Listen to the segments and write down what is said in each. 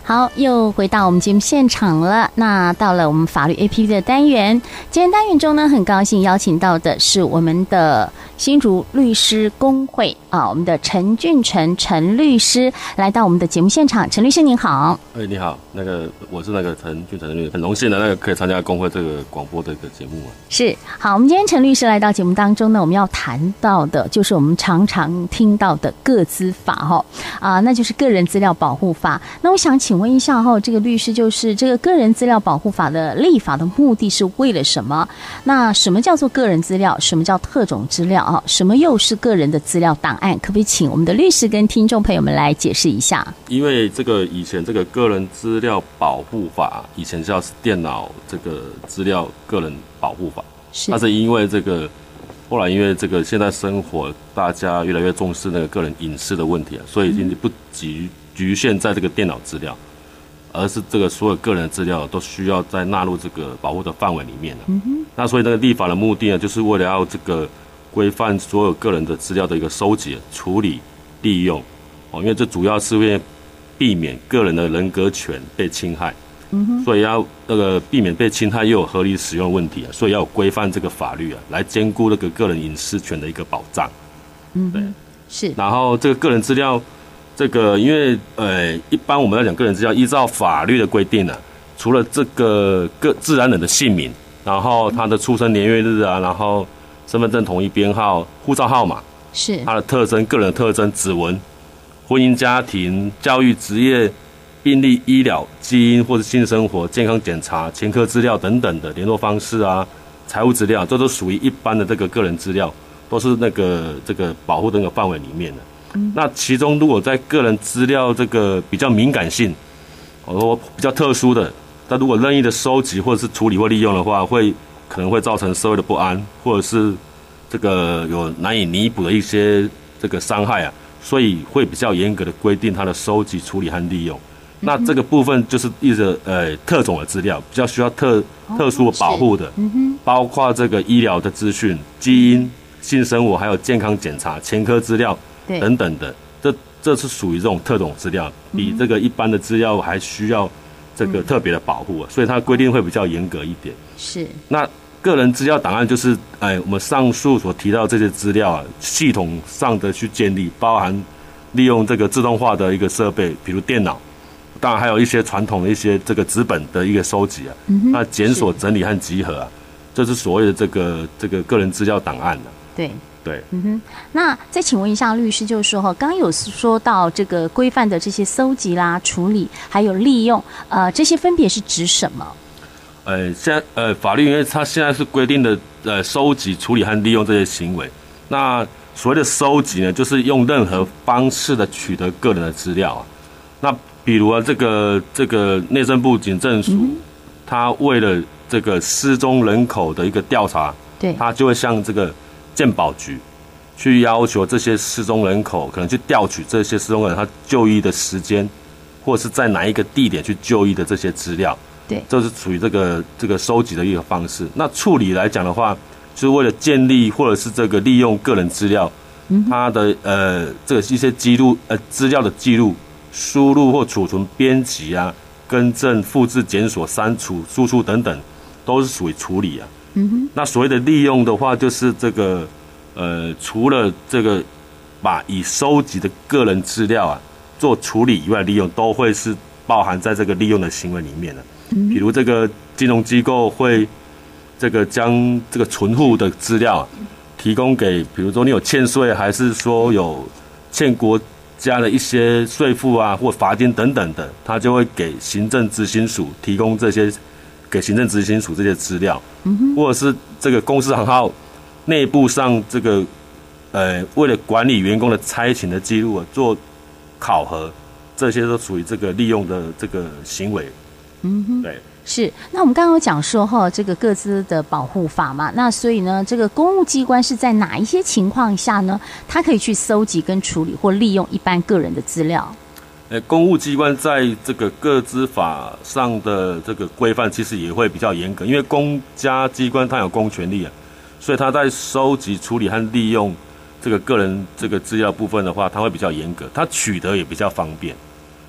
好，又回到我们节目现场了。那到了我们法律 APP 的单元，今天单元中呢，很高兴邀请到的是我们的新竹律师公会我们的陈俊成陈律师来到我们的节目现场。陈律师您好。 你好，我是陈俊成律师，很荣幸的可以参加公会这个广播的一个节目是，好，我们今天陈律师来到节目当中呢，我们要谈到的就是我们常常听到的个资法那就是个人资料保护法。那我想请问一下这个律师，就是这个个人资料保护法的立法的目的是为了什么？那什么叫做个人资料？什么叫特种资料什么又是个人的资料档案？可不可以请我们的律师跟听众朋友们来解释一下？ 因为以前这个个人资料保护法，以前叫电脑这个资料个人保护法，但是因为后来因为现在生活大家越来越重视个人隐私的问题所以已经不局限在这个电脑资料，而是所有个人的资料都需要再纳入保护的范围里面那所以立法的目的呢，就是为了要规范所有个人的资料的一个收集、处理、利用因为这主要是为避免个人的人格权被侵害所以要避免被侵害又有合理使用的问题所以要有规范法律来兼顾个人隐私权的一个保障对， 是。 然后个人资料因为一般我们来讲个人资料，依照法律的规定除了自然人的姓名，然后他的出生年月日然后身份证统一编号、护照号码， 是他的特征、个人的特征、指纹、婚姻家庭、教育、职业、病历、医疗、基因或者性生活、健康检查、前科资料等等的联络方式财务资料，这都属于一般的个人资料，都是保护的范围里面的。那其中如果在个人资料比较敏感性，比较特殊的，但如果任意的收集或者是处理或利用的话，可能会造成社会的不安，或者是有难以弥补的一些伤害所以会比较严格的规定它的收集、处理和利用。那这个部分就是特种的资料，比较需要特殊的保护的，包括医疗的资讯、基因、性生活，还有健康检查、前科资料等等的，这是属于这种特种资料，比一般的资料还需要特别的保护所以它规定会比较严格一点。 是。那个人资料档案就是我们上述所提到这些资料系统上的去建立，包含利用自动化的一个设备，比如电脑，当然还有一些传统的一些纸本的一个收集那检索、整理和集合这是所谓的个人资料档案对。 对， 那再请问一下律师，就是说刚刚有说到规范的这些搜集啦、处理还有利用，这些分别是指什么？ 现在法律因为它现在是规定的收集、处理和利用这些行为。那所谓的收集呢，就是用任何方式的取得个人的资料那比如内政部警政署，它为了失踪人口的一个调查， 对， 它就会向健保局去要求这些失踪人口，可能去调取这些失踪人他就医的时间，或者是在哪一个地点去就医的这些资料。 对，这是属于收集的一个方式。那处理来讲的话，就是为了建立或者是利用个人资料，它的一些资料的记录、输入或储存、编辑更正、复制、检索、删除、输出等等，都是属于处理那所谓的利用的话，就是除了把已收集的个人资料做处理以外，利用都会是包含在利用的行为里面的。比如金融机构会将存户的资料提供给，比如说你有欠税，还是说有欠国家的一些税负或罚金等等的，他就会给行政执行署提供给行政执行署这些资料，或者是公司行号内部上为了管理员工的差勤的记录做考核，这些都属于利用的行为。对。 是，那我们刚刚有讲说个资的保护法嘛，那所以呢，公务机关是在哪一些情况下呢，它可以去搜集跟处理或利用一般个人的资料？ 公务机关在个资法上的规范其实也会比较严格，因为公家机关它有公权力所以它在收集、处理和利用个人资料部分的话，它会比较严格，它取得也比较方便。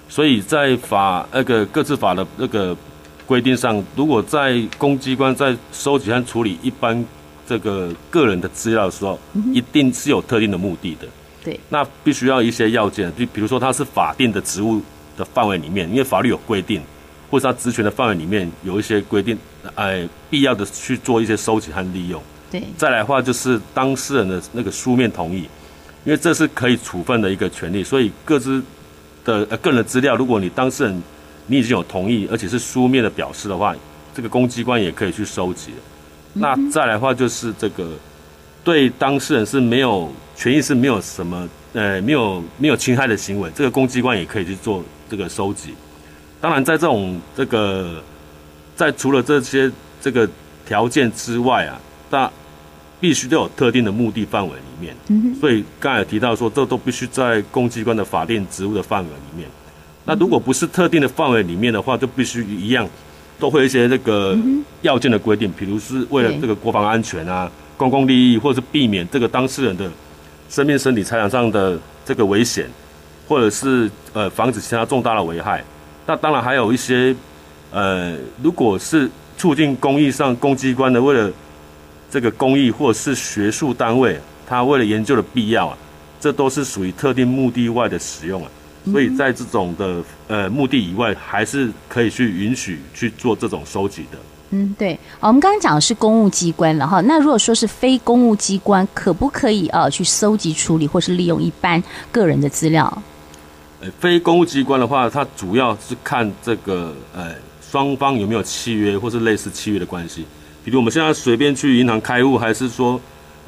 所以在个资法的那个规定上，如果在公机关在收集和处理一般这个个人的资料的时候，一定是有特定的目的的。 对， 那必须要一些要件，就比如说它是法定的职务的范围里面，因为法律有规定，或者它职权的范围里面有一些规定，必要的去做一些收集和利用。 对， 再来的话就是当事人的那个书面同意，因为这是可以处分的一个权利，所以各自的个人的资料，如果你当事人你已经有同意，而且是书面的表示的话，这个公机关也可以去收集。那再来的话就是这个对当事人是没有权益是没有什么没有侵害的行为，这个公机关也可以去做这个收集。当然在这种在除了这些这个条件之外啊，那必须都有特定的目的范围里面。所以刚才有提到说，这都必须在公机关的法定职务的范围里面。那如果不是特定的范围里面的话，就必须一样，都会有一些那个要件的规定，比如是为了这个国防安全啊、公共利益，或者是避免这个当事人的生命、身体、财产上的这个危险，或者是防止其他重大的危害。那当然还有一些如果是促进公益上，公机关的为了这个公益或者是学术单位，他为了研究的必要啊，这都是属于特定目的外的使用啊。所以在这种的目的以外，还是可以去允许去做这种收集的。 对，我们刚刚讲的是公务机关了哈。那如果说是非公务机关，可不可以去收集、处理或是利用一般个人的资料？ 非公务机关的话，它主要是看这个双方有没有契约或是类似契约的关系。比如我们现在随便去银行开户，还是说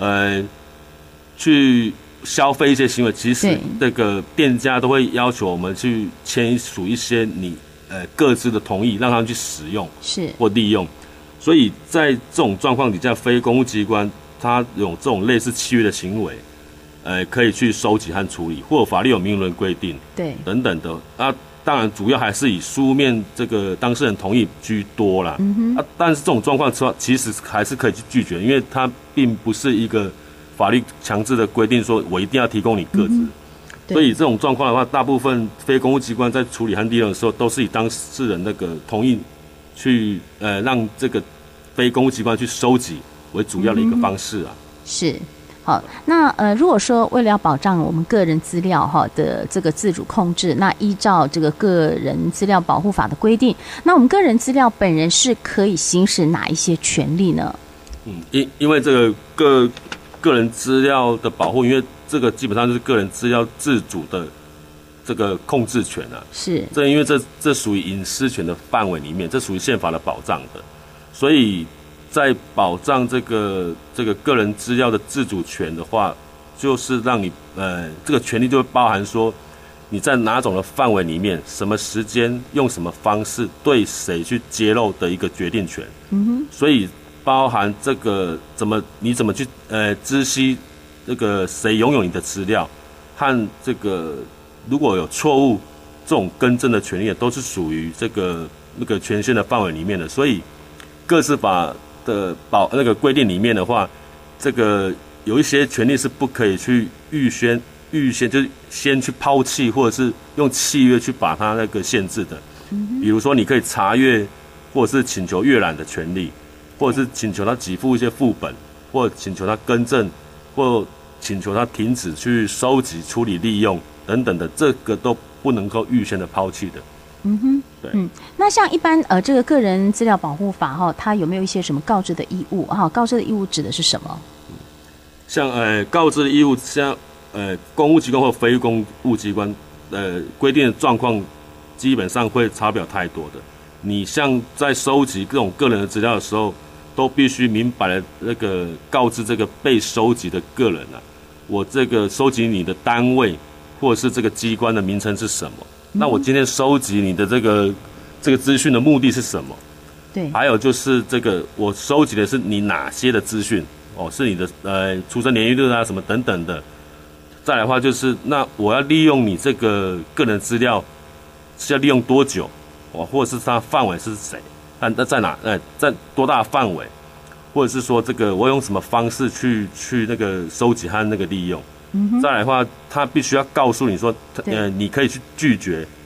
去消费一些行为，其实这个店家都会要求我们去签署一些你各自的同意，让他们去使用或利用。所以在这种状况底下，非公务机关它有这种类似契约的行为，可以去收集和处理，或者法律有明文规定， 对， 等等的。当然主要还是以书面这个当事人同意居多啦。但是这种状况其实还是可以去拒绝，因为它并不是一个法律强制的规定，说我一定要提供你个资。所以这种状况的话，大部分非公务机关在处理和利用的时候，都是以当事人那个同意去让这个非公务机关去收集为主要的一个方式啊。 是。好，那如果说为了要保障我们个人资料的这个自主控制，那依照这个个人资料保护法的规定，那我们个人资料本人是可以行使哪一些权利呢？ 因为这个个人资料的保护，因为这个基本上就是个人资料自主的这个控制权啊。 是。 因为这属于隐私权的范围里面，这属于宪法的保障的，所以在保障这个个人资料的自主权的话，就是让你这个权利就会包含说你在哪种的范围里面，什么时间用什么方式对谁去揭露的一个决定权。所以包含这个你怎么去知悉这个谁拥有你的资料，和这个如果有错误这种更正的权利，都是属于那个权限的范围里面的。所以个资法的那个规定里面的话，这个有一些权利是不可以去预先就是先去抛弃，或者是用契约去把它那个限制的。比如说你可以查阅或者是请求阅览的权利，或者是请求他给付一些副本，或者请求他更正，或请求他停止去收集、处理、利用等等的，这个都不能够预先的抛弃的。对。 那像一般这个个人资料保护法它有没有一些什么告知的义务告知的义务指的是什么？ 像告知的义务，像公务机关或非公务机关规定的状况，基本上会差不了太多的。你像在收集各种个人的资料的时候，都必须明白的那个告知这个被收集的个人啊，我这个收集你的单位或者是这个机关的名称是什么？那我今天收集你的这个资讯的目的是什么？ 对。 还有就是我收集的是你哪些的资讯？是你的出生年月日啊什么等等的。再来的话就是，那我要利用你这个个人资料是要利用多久？或者是它范围是谁？在哪？在多大的范围？或者是说我用什么方式去那个收集和那个利用？再来的话，他必须要告诉你说，你可以去拒绝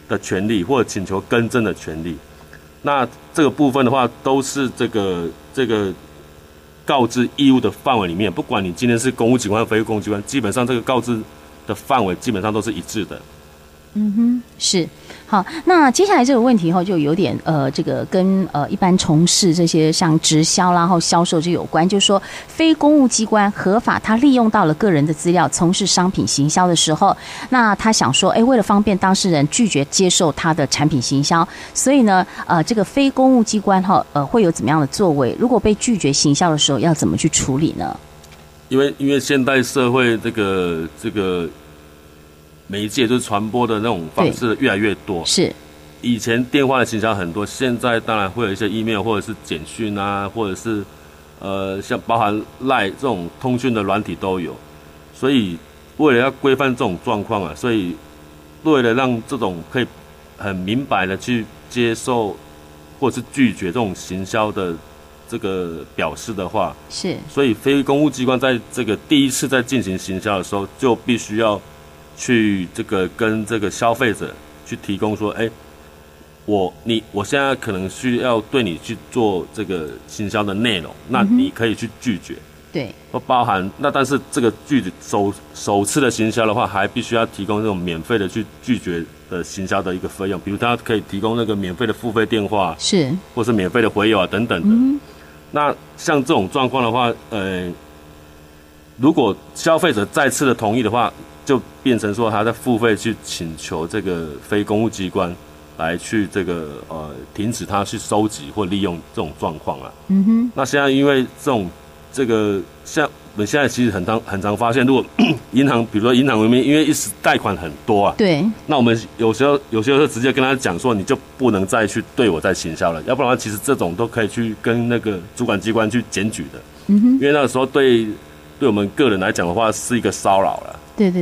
的权利，或者请求更正的权利。那这个部分的话，都是这个告知义务的范围里面，不管你今天是公务机关、非公务机关，基本上这个告知的范围基本上都是一致的。 是。好，那接下来这个问题就有点这个跟一般从事这些像直销啦、然后销售就有关，就是说非公务机关合法，他利用到了个人的资料从事商品行销的时候，那他想说，为了方便当事人拒绝接受他的产品行销，所以呢，这个非公务机关会有怎么样的作为？如果被拒绝行销的时候，要怎么去处理呢？ 因为现代社会这个媒介就是传播的那种方式越来越多， 是以前电话的行销很多，现在当然会有一些 email 或者是简讯啊，或者是像包含 LINE 这种通讯的软体都有，所以为了要规范这种状况啊，所以为了让这种可以很明白的去接受或者是拒绝这种行销的这个表示的话， 是，所以非公务机关在这个第一次在进行行销的时候，就必须要去这个跟这个消费者去提供说，我现在可能需要对你去做这个行销的内容，那你可以去拒绝， 对， 包含那但是这个首次的行销的话，还必须要提供这种免费的去拒绝的行销的一个费用，比如他可以提供那个免费的付费电话， 是，或是免费的回邮啊等等的。那像这种状况的话，如果消费者再次的同意的话，就变成说他在付费去请求这个非公务机关来去这个停止他去收集或利用这种状况啊。那现在因为这个像我们现在其实很常发现，如果银行比如说银行里面因为一时贷款很多啊， 对， 那我们有时候直接跟他讲说，你就不能再去对我再行销了，要不然其实这种都可以去跟那个主管机关去检举的。因为那个时候对我们个人来讲的话是一个骚扰了。 对，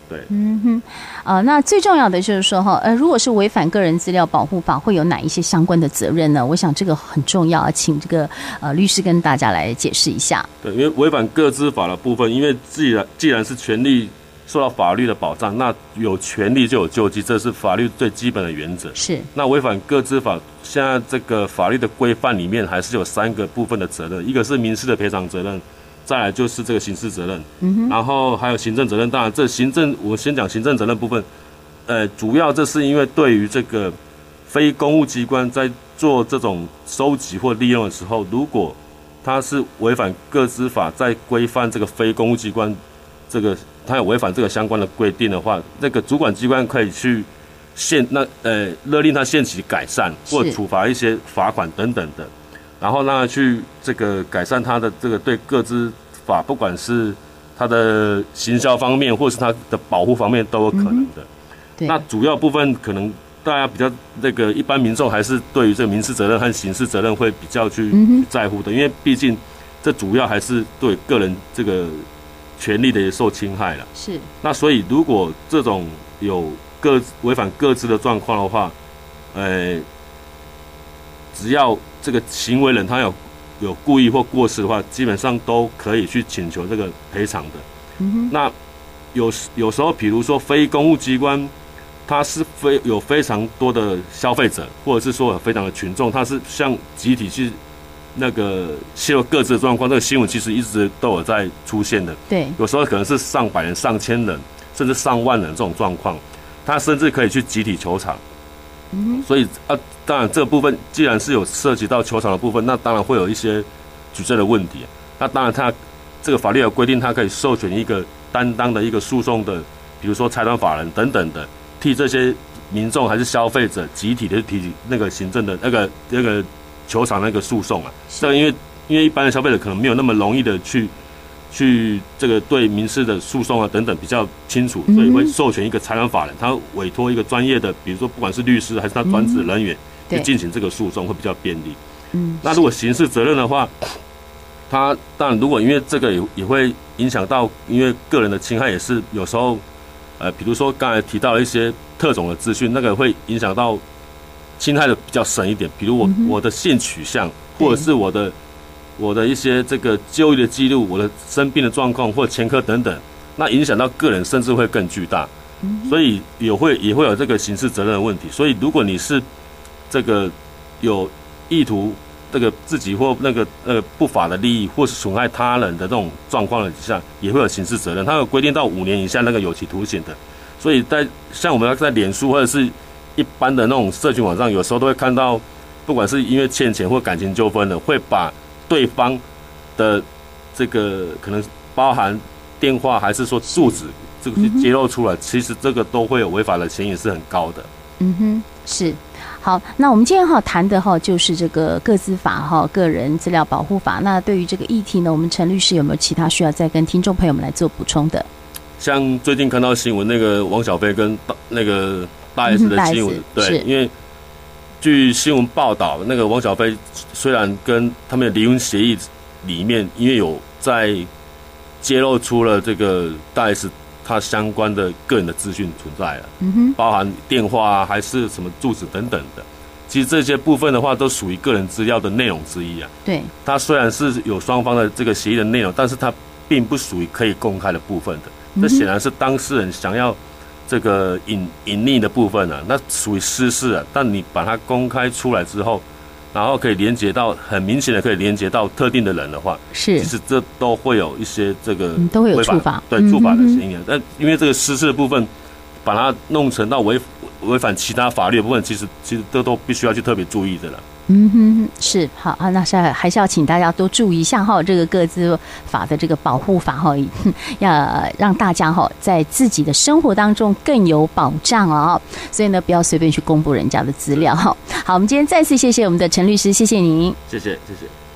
那最重要的就是说如果是违反个人资料保护法，会有哪一些相关的责任呢？我想这个很重要，请这个律师跟大家来解释一下。 对，因为违反个资法的部分，因为既然是权利受到法律的保障，那有权利就有救济，这是法律最基本的原则。 是。那违反个资法，现在这个法律的规范里面还是有3个部分的责任，一个是民事的赔偿责任。再来就是这个刑事责任，然后还有行政责任。当然，我先讲行政责任部分。主要这是因为对于这个非公务机关在做这种收集或利用的时候，如果他是违反个资法，在规范这个非公务机关他有违反这个相关的规定的话，那个主管机关可以去勒令他限期改善，或处罚一些罚款等等的。然后让他去这个改善他的这个对个资法，不管是他的行销方面，或是他的保护方面，都有可能的。那主要部分可能大家比较一般民众还是对于这个民事责任和刑事责任会比较去在乎的，因为毕竟这主要还是对个人这个权利的受侵害了。 是。那所以如果这种有违反个资的状况的话，只要这个行为人他有故意或过失的话，基本上都可以去请求这个赔偿的。那有时候，比如说非公务机关，它是有非常多的消费者，或者是说有非常的群众，它是像集体去泄露个资的状况，这个新闻其实一直都有在出现的。 对， 有时候可能是上百人、上千人，甚至上万人这种状况，他甚至可以去集体求偿。所以当然这部分既然是有涉及到求偿的部分，那当然会有一些举证的问题。那当然他这个法律有规定，他可以授权一个担当的一个诉讼的，比如说财团法人等等的，替这些民众还是消费者集体的提那个行政的那个求偿那个诉讼啊。这因为一般的消费者可能没有那么容易的去这个对民事的诉讼啊等等比较清楚，所以会授权一个财团法人，他委托一个专业的，比如说不管是律师还是他专职人员去进行这个诉讼，会比较便利。那如果刑事责任的话，他当然如果因为这个也会影响到，因为个人的侵害也是有时候比如说刚才提到了一些特种的资讯，那个会影响到侵害的比较深一点，比如我的性取向，或者是我的一些这个就医的记录，我的生病的状况或前科等等，那影响到个人甚至会更巨大。 所以也会有这个刑事责任的问题。所以如果你是这个有意图这个自己或那个不法的利益，或是损害他人的这种状况之下，也会有刑事责任。它有规定到5年以下那个有期徒刑的。所以像我们在脸书或者是一般的那种社群网上，有时候都会看到，不管是因为欠钱或感情纠纷的，会把对方的这个可能包含电话还是说住址这个去揭露出来，其实这个都会有违法的嫌疑是很高的。 是。好，那我们今天谈的就是这个个资法个人资料保护法。那对于这个议题呢，我们陈律师有没有其他需要再跟听众朋友们来做补充的？ 像最近看到新闻，那个王小飞跟那个大 S 的新闻，对，因为据新闻报道，那个王小飞虽然跟他们的离婚协议里面，因为有在揭露出了这个大 S。他相关的个人的资讯存在了，包含电话还是什么住址等等的，其实这些部分的话都属于个人资料的内容之一啊。对，它虽然是有双方的这个协议的内容，但是它并不属于可以公开的部分的。这显然是当事人想要这个隐匿的部分啊，那属于私事啊。但你把它公开出来之后，然后可以连接到很明显的可以连接到特定的人的话，其实这都会有一些这个都会有触法， 对触法的嫌疑。但因为这个私事的部分，把它弄成到违反其他法律的部分，其实这都必须要去特别注意的了。 是好啊，那还是要请大家多注意一下这个个资法的这个保护法要让大家在自己的生活当中更有保障哦。所以呢，不要随便去公布人家的资料好，我们今天再次谢谢我们的陈律师，谢谢您， 谢谢。